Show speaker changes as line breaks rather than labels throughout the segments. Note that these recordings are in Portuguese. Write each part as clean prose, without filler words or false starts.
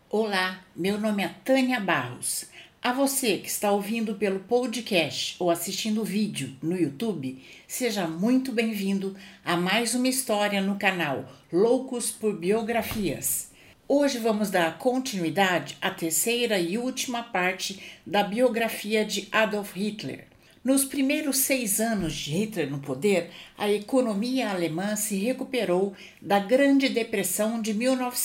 Olá, meu nome é Tânia Barros. A você que está ouvindo pelo podcast ou assistindo o vídeo no YouTube, seja muito bem-vindo a mais uma história no canal Loucos por Biografias. Hoje vamos dar continuidade à terceira e última parte da biografia de Adolf Hitler. Nos primeiros 6 anos de Hitler no poder, a economia alemã se recuperou da Grande Depressão de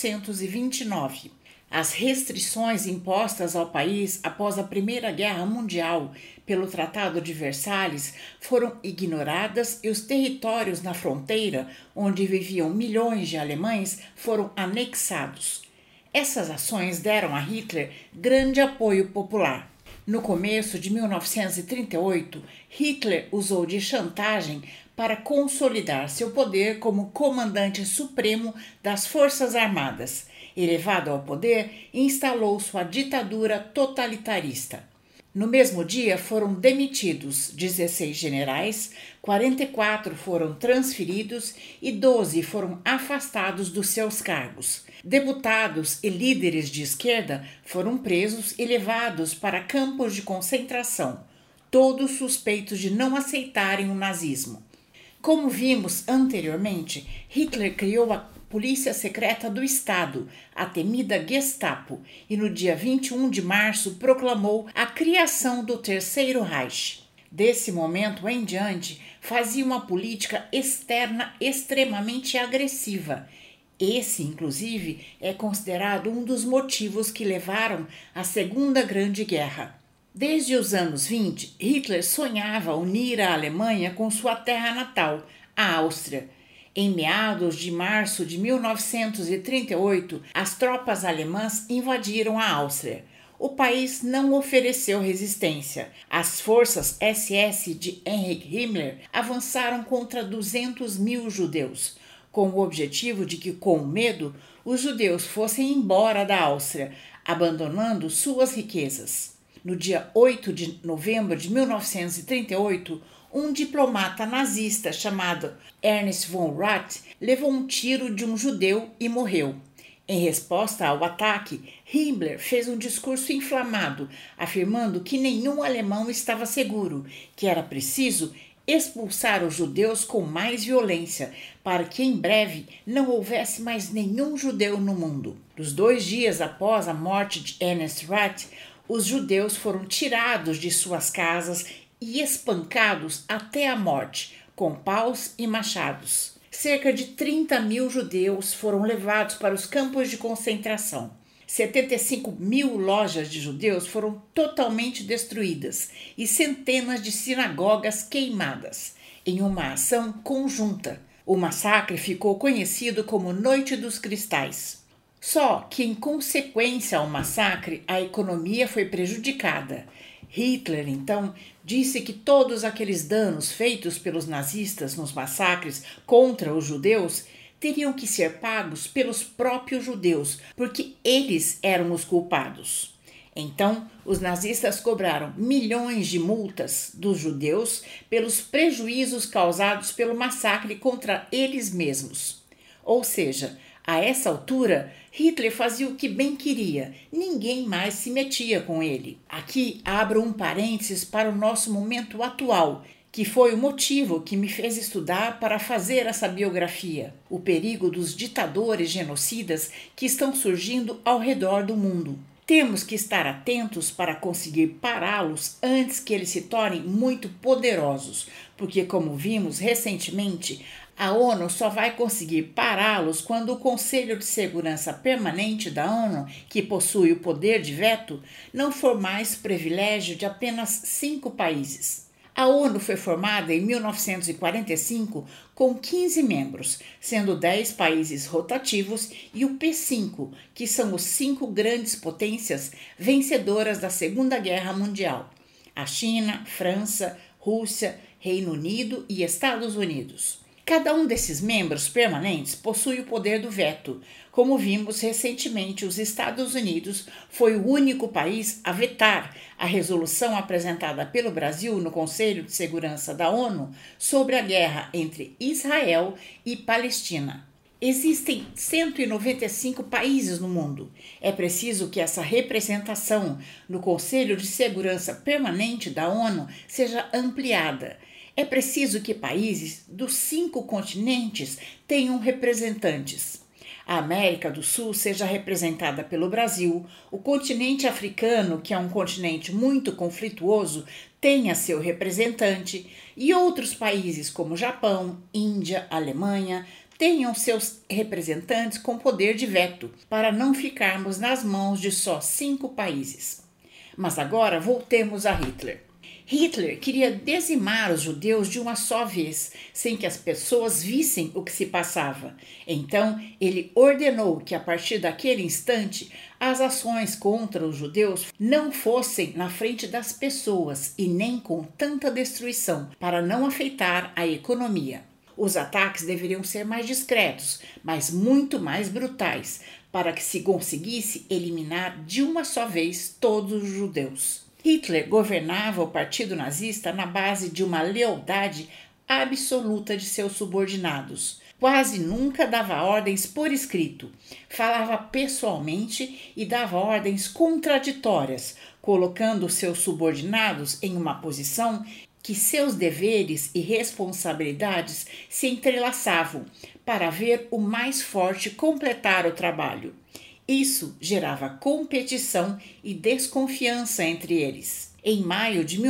1929. As restrições impostas ao país após a Primeira Guerra Mundial pelo Tratado de Versalhes foram ignoradas e os territórios na fronteira, onde viviam milhões de alemães, foram anexados. Essas ações deram a Hitler grande apoio popular. No começo de 1938, Hitler usou de chantagem para consolidar seu poder como comandante supremo das Forças Armadas. Elevado ao poder, instalou sua ditadura totalitarista. No mesmo dia foram demitidos 16 generais, 44 foram transferidos e 12 foram afastados dos seus cargos. Deputados e líderes de esquerda foram presos e levados para campos de concentração, todos suspeitos de não aceitarem o nazismo. Como vimos anteriormente, Hitler criou a Polícia Secreta do Estado, a temida Gestapo, e no dia 21 de março proclamou a criação do Terceiro Reich. Desse momento em diante, fazia uma política externa extremamente agressiva. Esse, inclusive, é considerado um dos motivos que levaram à Segunda Grande Guerra. Desde os anos 20, Hitler sonhava unir a Alemanha com sua terra natal, a Áustria. Em meados de março de 1938, as tropas alemãs invadiram a Áustria. O país não ofereceu resistência. As forças SS de Heinrich Himmler avançaram contra 200 mil judeus, com o objetivo de que, com medo, os judeus fossem embora da Áustria, abandonando suas riquezas. No dia 8 de novembro de 1938, um diplomata nazista chamado Ernst von Rath levou um tiro de um judeu e morreu. Em resposta ao ataque, Himmler fez um discurso inflamado, afirmando que nenhum alemão estava seguro, que era preciso expulsar os judeus com mais violência, para que em breve não houvesse mais nenhum judeu no mundo. Nos 2 dias após a morte de Ernst Rath, os judeus foram tirados de suas casas e espancados até a morte, com paus e machados. Cerca de 30 mil judeus foram levados para os campos de concentração. 75 mil lojas de judeus foram totalmente destruídas e centenas de sinagogas queimadas, em uma ação conjunta. O massacre ficou conhecido como Noite dos Cristais. Só que, em consequência ao massacre, a economia foi prejudicada. Hitler, então, disse que todos aqueles danos feitos pelos nazistas nos massacres contra os judeus teriam que ser pagos pelos próprios judeus, porque eles eram os culpados. Então, os nazistas cobraram milhões de multas dos judeus pelos prejuízos causados pelo massacre contra eles mesmos. Ou seja, a essa altura, Hitler fazia o que bem queria, ninguém mais se metia com ele. Aqui abro um parênteses para o nosso momento atual, que foi o motivo que me fez estudar para fazer essa biografia, o perigo dos ditadores genocidas que estão surgindo ao redor do mundo. Temos que estar atentos para conseguir pará-los antes que eles se tornem muito poderosos, porque, como vimos recentemente, a ONU só vai conseguir pará-los quando o Conselho de Segurança Permanente da ONU, que possui o poder de veto, não for mais privilégio de apenas 5 países. A ONU foi formada em 1945 com 15 membros, sendo 10 países rotativos e o P5, que são os 5 grandes potências vencedoras da Segunda Guerra Mundial: a China, França, Rússia, Reino Unido e Estados Unidos. Cada um desses membros permanentes possui o poder do veto. Como vimos recentemente, os Estados Unidos foi o único país a vetar a resolução apresentada pelo Brasil no Conselho de Segurança da ONU sobre a guerra entre Israel e Palestina. Existem 195 países no mundo. É preciso que essa representação no Conselho de Segurança Permanente da ONU seja ampliada. É preciso que países dos 5 continentes tenham representantes. A América do Sul seja representada pelo Brasil, o continente africano, que é um continente muito conflituoso, tenha seu representante, e outros países como Japão, Índia, Alemanha tenham seus representantes com poder de veto, para não ficarmos nas mãos de só 5 países. Mas agora voltemos a Hitler. Hitler queria dizimar os judeus de uma só vez, sem que as pessoas vissem o que se passava. Então, ele ordenou que, a partir daquele instante, as ações contra os judeus não fossem na frente das pessoas e nem com tanta destruição, para não afetar a economia. Os ataques deveriam ser mais discretos, mas muito mais brutais, para que se conseguisse eliminar de uma só vez todos os judeus. Hitler governava o partido nazista na base de uma lealdade absoluta de seus subordinados. Quase nunca dava ordens por escrito. Falava pessoalmente e dava ordens contraditórias, colocando seus subordinados em uma posição que seus deveres e responsabilidades se entrelaçavam para ver o mais forte completar o trabalho. Isso gerava competição e desconfiança entre eles. Em maio de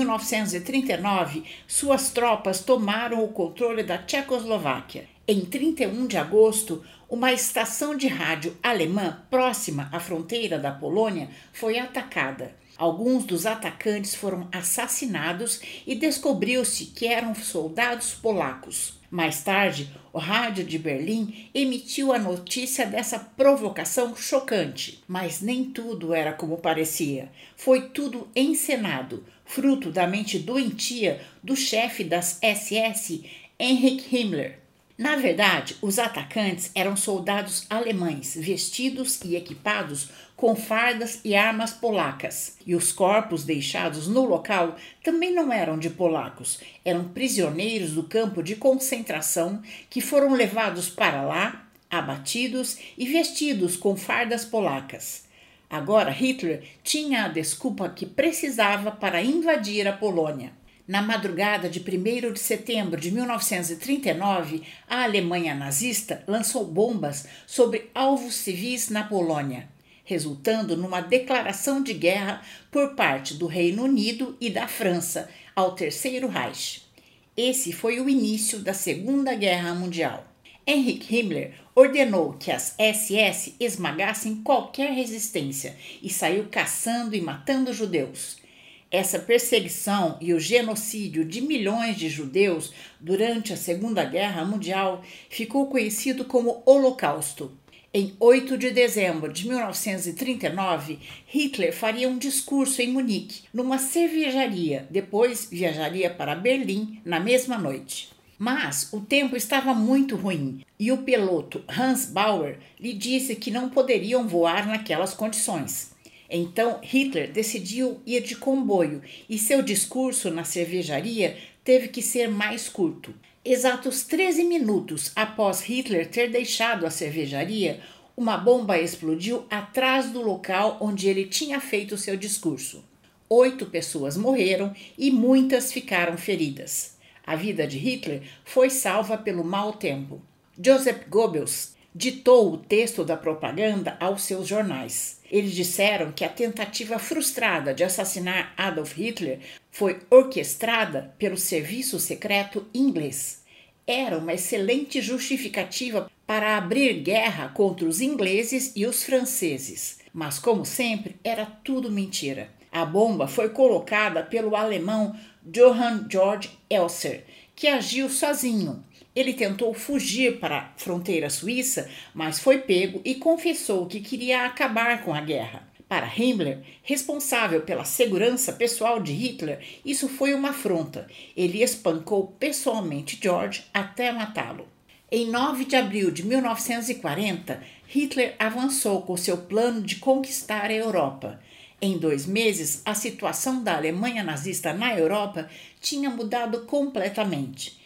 1939, suas tropas tomaram o controle da Tchecoslováquia. Em 31 de agosto, uma estação de rádio alemã próxima à fronteira da Polônia foi atacada. Alguns dos atacantes foram assassinados e descobriu-se que eram soldados polacos. Mais tarde, o rádio de Berlim emitiu a notícia dessa provocação chocante. Mas nem tudo era como parecia. Foi tudo encenado, fruto da mente doentia do chefe das SS, Heinrich Himmler. Na verdade, os atacantes eram soldados alemães, vestidos e equipados com fardas e armas polacas. E os corpos deixados no local também não eram de polacos, eram prisioneiros do campo de concentração que foram levados para lá, abatidos e vestidos com fardas polacas. Agora Hitler tinha a desculpa que precisava para invadir a Polônia. Na madrugada de 1º de setembro de 1939, a Alemanha nazista lançou bombas sobre alvos civis na Polônia, resultando numa declaração de guerra por parte do Reino Unido e da França ao Terceiro Reich. Esse foi o início da Segunda Guerra Mundial. Heinrich Himmler ordenou que as SS esmagassem qualquer resistência e saiu caçando e matando judeus. Essa perseguição e o genocídio de milhões de judeus durante a Segunda Guerra Mundial ficou conhecido como Holocausto. Em 8 de dezembro de 1939, Hitler faria um discurso em Munique, numa cervejaria, depois viajaria para Berlim na mesma noite. Mas o tempo estava muito ruim e o piloto Hans Bauer lhe disse que não poderiam voar naquelas condições. Então Hitler decidiu ir de comboio e seu discurso na cervejaria teve que ser mais curto. Exatos 13 minutos após Hitler ter deixado a cervejaria, uma bomba explodiu atrás do local onde ele tinha feito seu discurso. 8 pessoas morreram e muitas ficaram feridas. A vida de Hitler foi salva pelo mau tempo. Joseph Goebbels ditou o texto da propaganda aos seus jornais. Eles disseram que a tentativa frustrada de assassinar Adolf Hitler foi orquestrada pelo serviço secreto inglês. Era uma excelente justificativa para abrir guerra contra os ingleses e os franceses. Mas, como sempre, era tudo mentira. A bomba foi colocada pelo alemão Johann Georg Elser, que agiu sozinho. Ele tentou fugir para a fronteira suíça, mas foi pego e confessou que queria acabar com a guerra. Para Himmler, responsável pela segurança pessoal de Hitler, isso foi uma afronta. Ele espancou pessoalmente George até matá-lo. Em 9 de abril de 1940, Hitler avançou com seu plano de conquistar a Europa. Em 2 meses, a situação da Alemanha nazista na Europa tinha mudado completamente.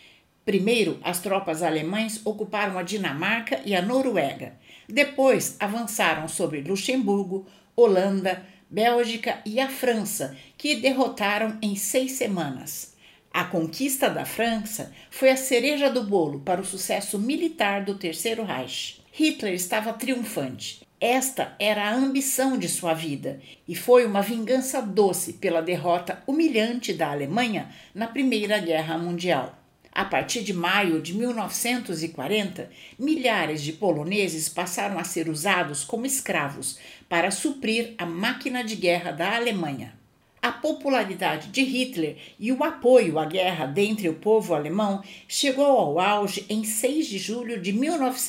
Primeiro, as tropas alemãs ocuparam a Dinamarca e a Noruega. Depois, avançaram sobre Luxemburgo, Holanda, Bélgica e a França, que derrotaram em 6 semanas. A conquista da França foi a cereja do bolo para o sucesso militar do Terceiro Reich. Hitler estava triunfante. Esta era a ambição de sua vida e foi uma vingança doce pela derrota humilhante da Alemanha na Primeira Guerra Mundial. A partir de maio de 1940, milhares de poloneses passaram a ser usados como escravos para suprir a máquina de guerra da Alemanha. A popularidade de Hitler e o apoio à guerra dentre o povo alemão chegou ao auge em 6 de julho de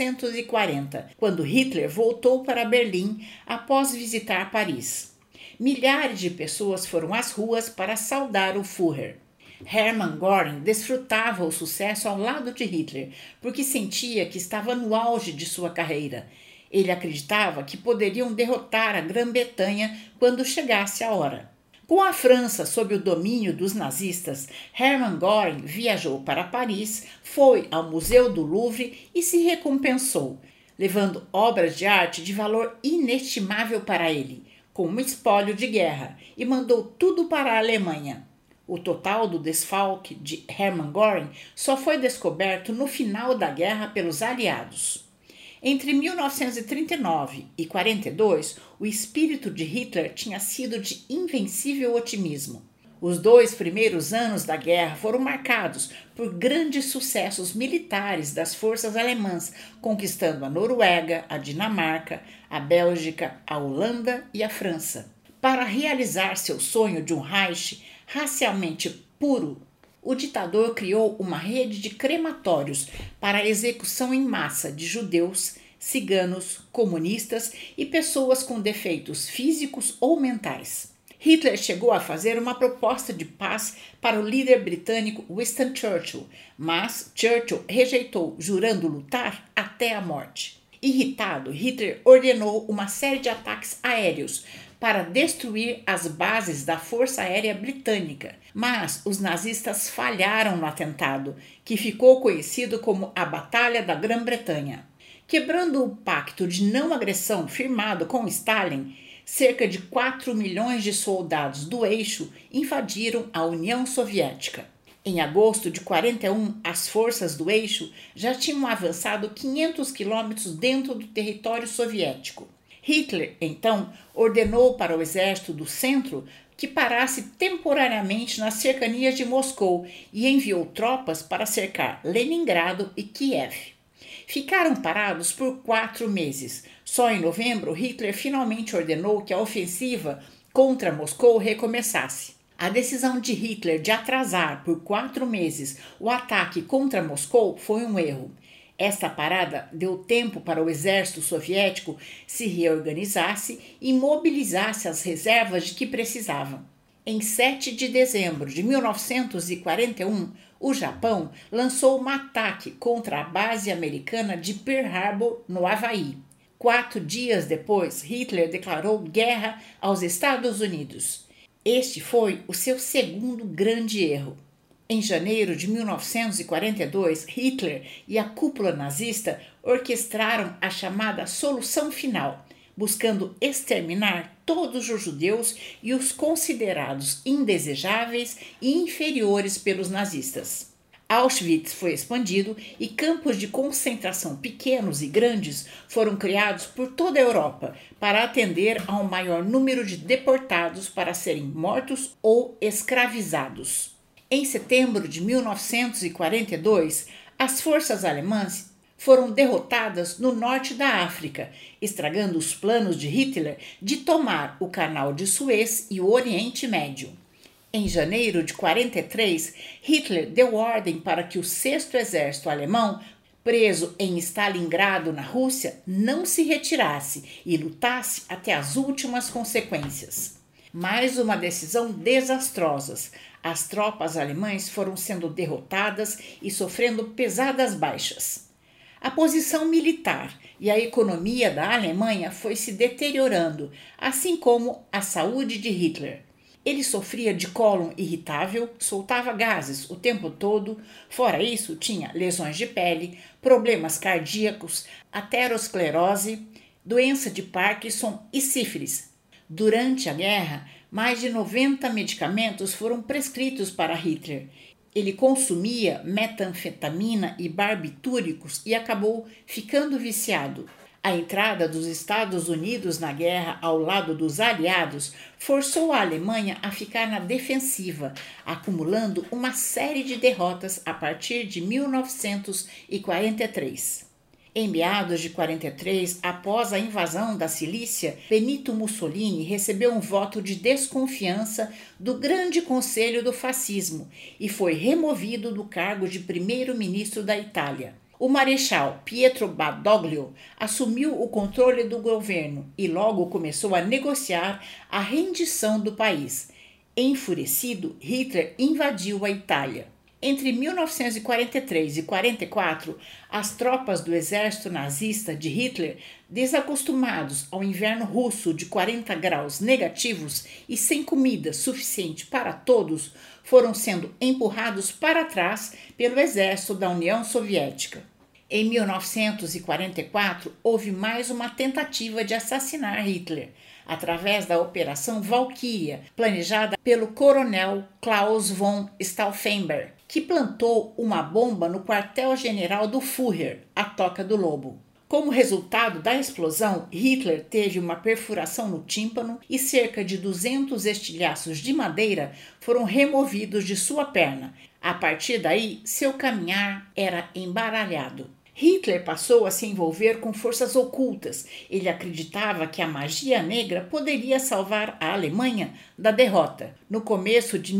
1940, quando Hitler voltou para Berlim após visitar Paris. Milhares de pessoas foram às ruas para saudar o Führer. Hermann Göring desfrutava o sucesso ao lado de Hitler, porque sentia que estava no auge de sua carreira. Ele acreditava que poderiam derrotar a Grã-Bretanha quando chegasse a hora. Com a França sob o domínio dos nazistas, Hermann Göring viajou para Paris, foi ao Museu do Louvre e se recompensou, levando obras de arte de valor inestimável para ele, como espólio de guerra, e mandou tudo para a Alemanha. O total do desfalque de Hermann Göring só foi descoberto no final da guerra pelos aliados. Entre 1939 e 1942, o espírito de Hitler tinha sido de invencível otimismo. Os 2 primeiros anos da guerra foram marcados por grandes sucessos militares das forças alemãs, conquistando a Noruega, a Dinamarca, a Bélgica, a Holanda e a França. Para realizar seu sonho de um Reich racialmente puro, o ditador criou uma rede de crematórios para a execução em massa de judeus, ciganos, comunistas e pessoas com defeitos físicos ou mentais. Hitler chegou a fazer uma proposta de paz para o líder britânico Winston Churchill, mas Churchill rejeitou, jurando lutar até a morte. Irritado, Hitler ordenou uma série de ataques aéreos para destruir as bases da Força Aérea Britânica, mas os nazistas falharam no atentado, que ficou conhecido como a Batalha da Grã-Bretanha. Quebrando o pacto de não agressão firmado com Stalin, cerca de 4 milhões de soldados do eixo invadiram a União Soviética. Em agosto de 1941, as forças do eixo já tinham avançado 500 quilômetros dentro do território soviético. Hitler, então, ordenou para o exército do centro que parasse temporariamente nas cercanias de Moscou e enviou tropas para cercar Leningrado e Kiev. Ficaram parados por 4 meses. Só em novembro, Hitler finalmente ordenou que a ofensiva contra Moscou recomeçasse. A decisão de Hitler de atrasar por 4 meses o ataque contra Moscou foi um erro. Esta parada deu tempo para o exército soviético se reorganizasse e mobilizasse as reservas de que precisavam. Em 7 de dezembro de 1941, o Japão lançou um ataque contra a base americana de Pearl Harbor, no Havaí. 4 dias depois, Hitler declarou guerra aos Estados Unidos. Este foi o seu segundo grande erro. Em janeiro de 1942, Hitler e a cúpula nazista orquestraram a chamada Solução Final, buscando exterminar todos os judeus e os considerados indesejáveis e inferiores pelos nazistas. Auschwitz foi expandido e campos de concentração pequenos e grandes foram criados por toda a Europa para atender a um maior número de deportados para serem mortos ou escravizados. Em setembro de 1942, as forças alemãs foram derrotadas no norte da África, estragando os planos de Hitler de tomar o Canal de Suez e o Oriente Médio. Em janeiro de 1943, Hitler deu ordem para que o 6º Exército Alemão, preso em Stalingrado, na Rússia, não se retirasse e lutasse até as últimas consequências. Mais uma decisão desastrosa. As tropas alemãs foram sendo derrotadas e sofrendo pesadas baixas. A posição militar e a economia da Alemanha foi se deteriorando, assim como a saúde de Hitler. Ele sofria de cólon irritável, soltava gases o tempo todo, fora isso tinha lesões de pele, problemas cardíacos, aterosclerose, doença de Parkinson e sífilis. Durante a guerra, mais de 90 medicamentos foram prescritos para Hitler. Ele consumia metanfetamina e barbitúricos e acabou ficando viciado. A entrada dos Estados Unidos na guerra ao lado dos aliados forçou a Alemanha a ficar na defensiva, acumulando uma série de derrotas a partir de 1943. Em meados de 43, após a invasão da Cilícia, Benito Mussolini recebeu um voto de desconfiança do Grande Conselho do Fascismo e foi removido do cargo de primeiro-ministro da Itália. O marechal Pietro Badoglio assumiu o controle do governo e logo começou a negociar a rendição do país. Enfurecido, Hitler invadiu a Itália. Entre 1943 e 1944, as tropas do exército nazista de Hitler, desacostumados ao inverno russo de 40 graus negativos e sem comida suficiente para todos, foram sendo empurrados para trás pelo exército da União Soviética. Em 1944, houve mais uma tentativa de assassinar Hitler, através da Operação Valkyria, planejada pelo coronel Klaus von Stauffenberg, que plantou uma bomba no quartel-general do Führer, a Toca do Lobo. Como resultado da explosão, Hitler teve uma perfuração no tímpano e cerca de 200 estilhaços de madeira foram removidos de sua perna. A partir daí, seu caminhar era embaralhado. Hitler passou a se envolver com forças ocultas. Ele acreditava que a magia negra poderia salvar a Alemanha da derrota. No começo de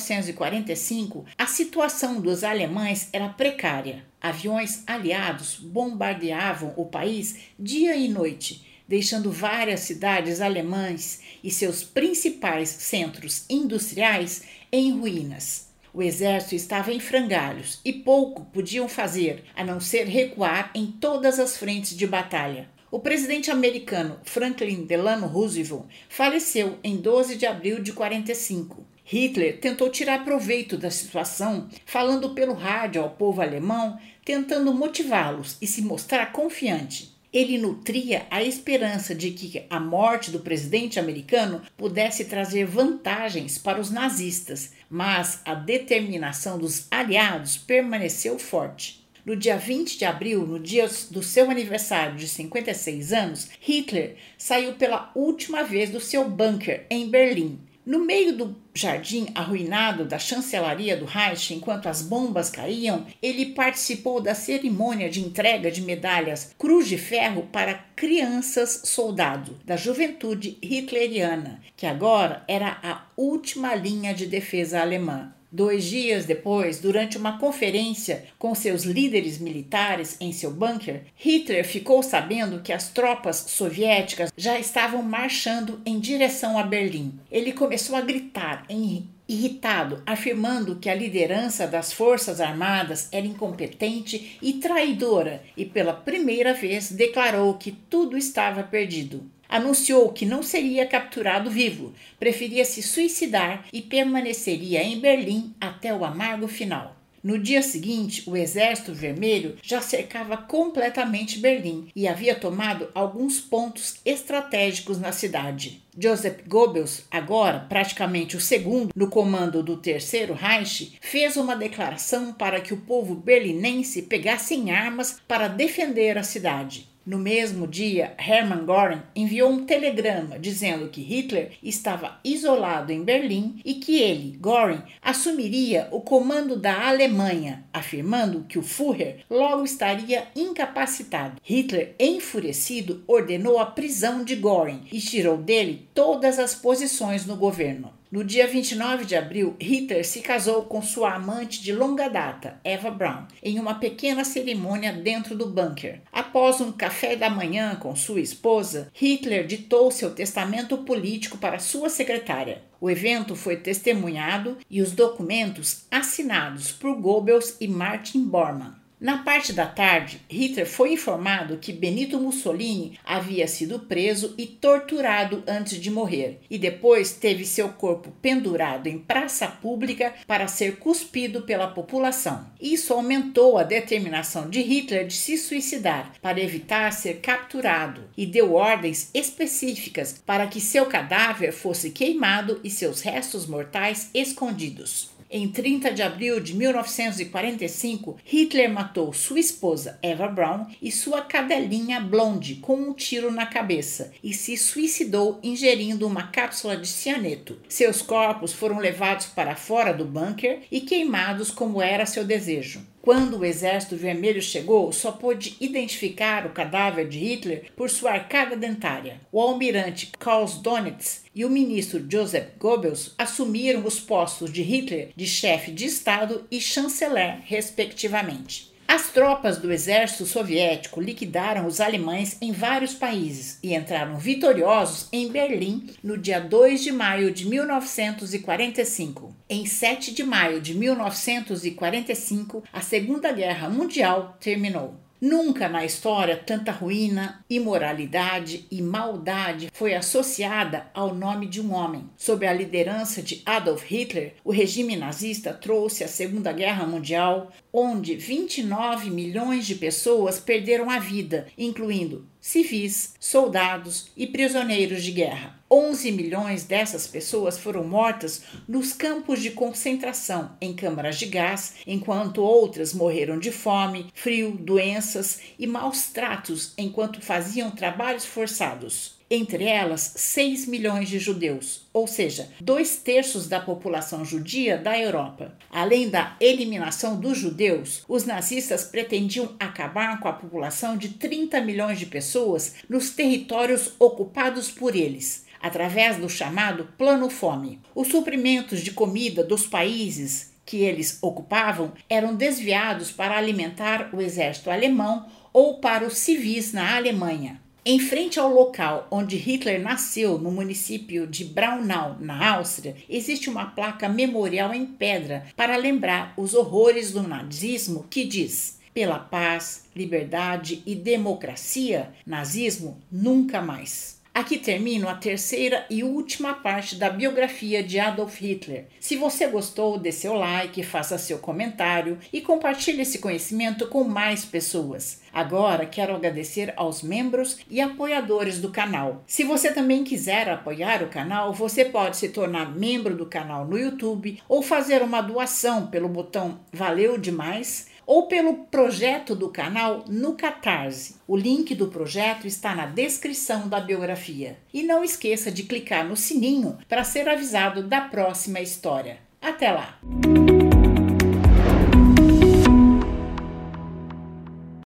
1945, a situação dos alemães era precária. Aviões aliados bombardeavam o país dia e noite, deixando várias cidades alemãs e seus principais centros industriais em ruínas. O exército estava em frangalhos e pouco podiam fazer, a não ser recuar em todas as frentes de batalha. O presidente americano Franklin Delano Roosevelt faleceu em 12 de abril de 1945. Hitler tentou tirar proveito da situação, falando pelo rádio ao povo alemão, tentando motivá-los e se mostrar confiante. Ele nutria a esperança de que a morte do presidente americano pudesse trazer vantagens para os nazistas, mas a determinação dos aliados permaneceu forte. No dia 20 de abril, no dia do seu aniversário de 56 anos, Hitler saiu pela última vez do seu bunker em Berlim. No meio do jardim arruinado da chancelaria do Reich, enquanto as bombas caíam, ele participou da cerimônia de entrega de medalhas Cruz de Ferro para crianças soldado da juventude hitleriana, que agora era a última linha de defesa alemã. 2 dias depois, durante uma conferência com seus líderes militares em seu bunker, Hitler ficou sabendo que as tropas soviéticas já estavam marchando em direção a Berlim. Ele começou a gritar, irritado, afirmando que a liderança das forças armadas era incompetente e traidora e pela primeira vez declarou que tudo estava perdido. Anunciou que não seria capturado vivo, preferia se suicidar e permaneceria em Berlim até o amargo final. No dia seguinte, o Exército Vermelho já cercava completamente Berlim e havia tomado alguns pontos estratégicos na cidade. Joseph Goebbels, agora praticamente o segundo no comando do Terceiro Reich, fez uma declaração para que o povo berlinense pegasse em armas para defender a cidade. No mesmo dia, Hermann Göring enviou um telegrama dizendo que Hitler estava isolado em Berlim e que ele, Göring, assumiria o comando da Alemanha, afirmando que o Führer logo estaria incapacitado. Hitler, enfurecido, ordenou a prisão de Göring e tirou dele todas as posições no governo. No dia 29 de abril, Hitler se casou com sua amante de longa data, Eva Braun, em uma pequena cerimônia dentro do bunker. Após um café da manhã com sua esposa, Hitler ditou seu testamento político para sua secretária. O evento foi testemunhado e os documentos assinados por Goebbels e Martin Bormann. Na parte da tarde, Hitler foi informado que Benito Mussolini havia sido preso e torturado antes de morrer, e depois teve seu corpo pendurado em praça pública para ser cuspido pela população. Isso aumentou a determinação de Hitler de se suicidar para evitar ser capturado e deu ordens específicas para que seu cadáver fosse queimado e seus restos mortais escondidos. Em 30 de abril de 1945, Hitler matou sua esposa Eva Braun e sua cadelinha Blonde com um tiro na cabeça e se suicidou ingerindo uma cápsula de cianeto. Seus corpos foram levados para fora do bunker e queimados como era seu desejo. Quando o Exército Vermelho chegou, só pôde identificar o cadáver de Hitler por sua arcada dentária. O almirante Karl Donitz e o ministro Joseph Goebbels assumiram os postos de Hitler de chefe de Estado e chanceler, respectivamente. As tropas do exército soviético liquidaram os alemães em vários países e entraram vitoriosos em Berlim no dia 2 de maio de 1945. Em 7 de maio de 1945, a Segunda Guerra Mundial terminou. Nunca na história tanta ruína, imoralidade e maldade foi associada ao nome de um homem. Sob a liderança de Adolf Hitler, o regime nazista trouxe a Segunda Guerra Mundial, onde 29 milhões de pessoas perderam a vida, incluindo civis, soldados e prisioneiros de guerra. 11 milhões dessas pessoas foram mortas nos campos de concentração, em câmaras de gás, enquanto outras morreram de fome, frio, doenças e maus tratos enquanto faziam trabalhos forçados. Entre elas, 6 milhões de judeus, ou seja, 2/3 da população judia da Europa. Além da eliminação dos judeus, os nazistas pretendiam acabar com a população de 30 milhões de pessoas nos territórios ocupados por eles, através do chamado Plano Fome. Os suprimentos de comida dos países que eles ocupavam eram desviados para alimentar o exército alemão ou para os civis na Alemanha. Em frente ao local onde Hitler nasceu, no município de Braunau, na Áustria, existe uma placa memorial em pedra para lembrar os horrores do nazismo que diz: pela paz, liberdade e democracia, nazismo nunca mais. Aqui termino a terceira e última parte da biografia de Adolf Hitler. Se você gostou, dê seu like, faça seu comentário e compartilhe esse conhecimento com mais pessoas. Agora quero agradecer aos membros e apoiadores do canal. Se você também quiser apoiar o canal, você pode se tornar membro do canal no YouTube ou fazer uma doação pelo botão Valeu Demais ou pelo projeto do canal no Catarse. O link do projeto está na descrição da biografia. E não esqueça de clicar no sininho para ser avisado da próxima história. Até lá!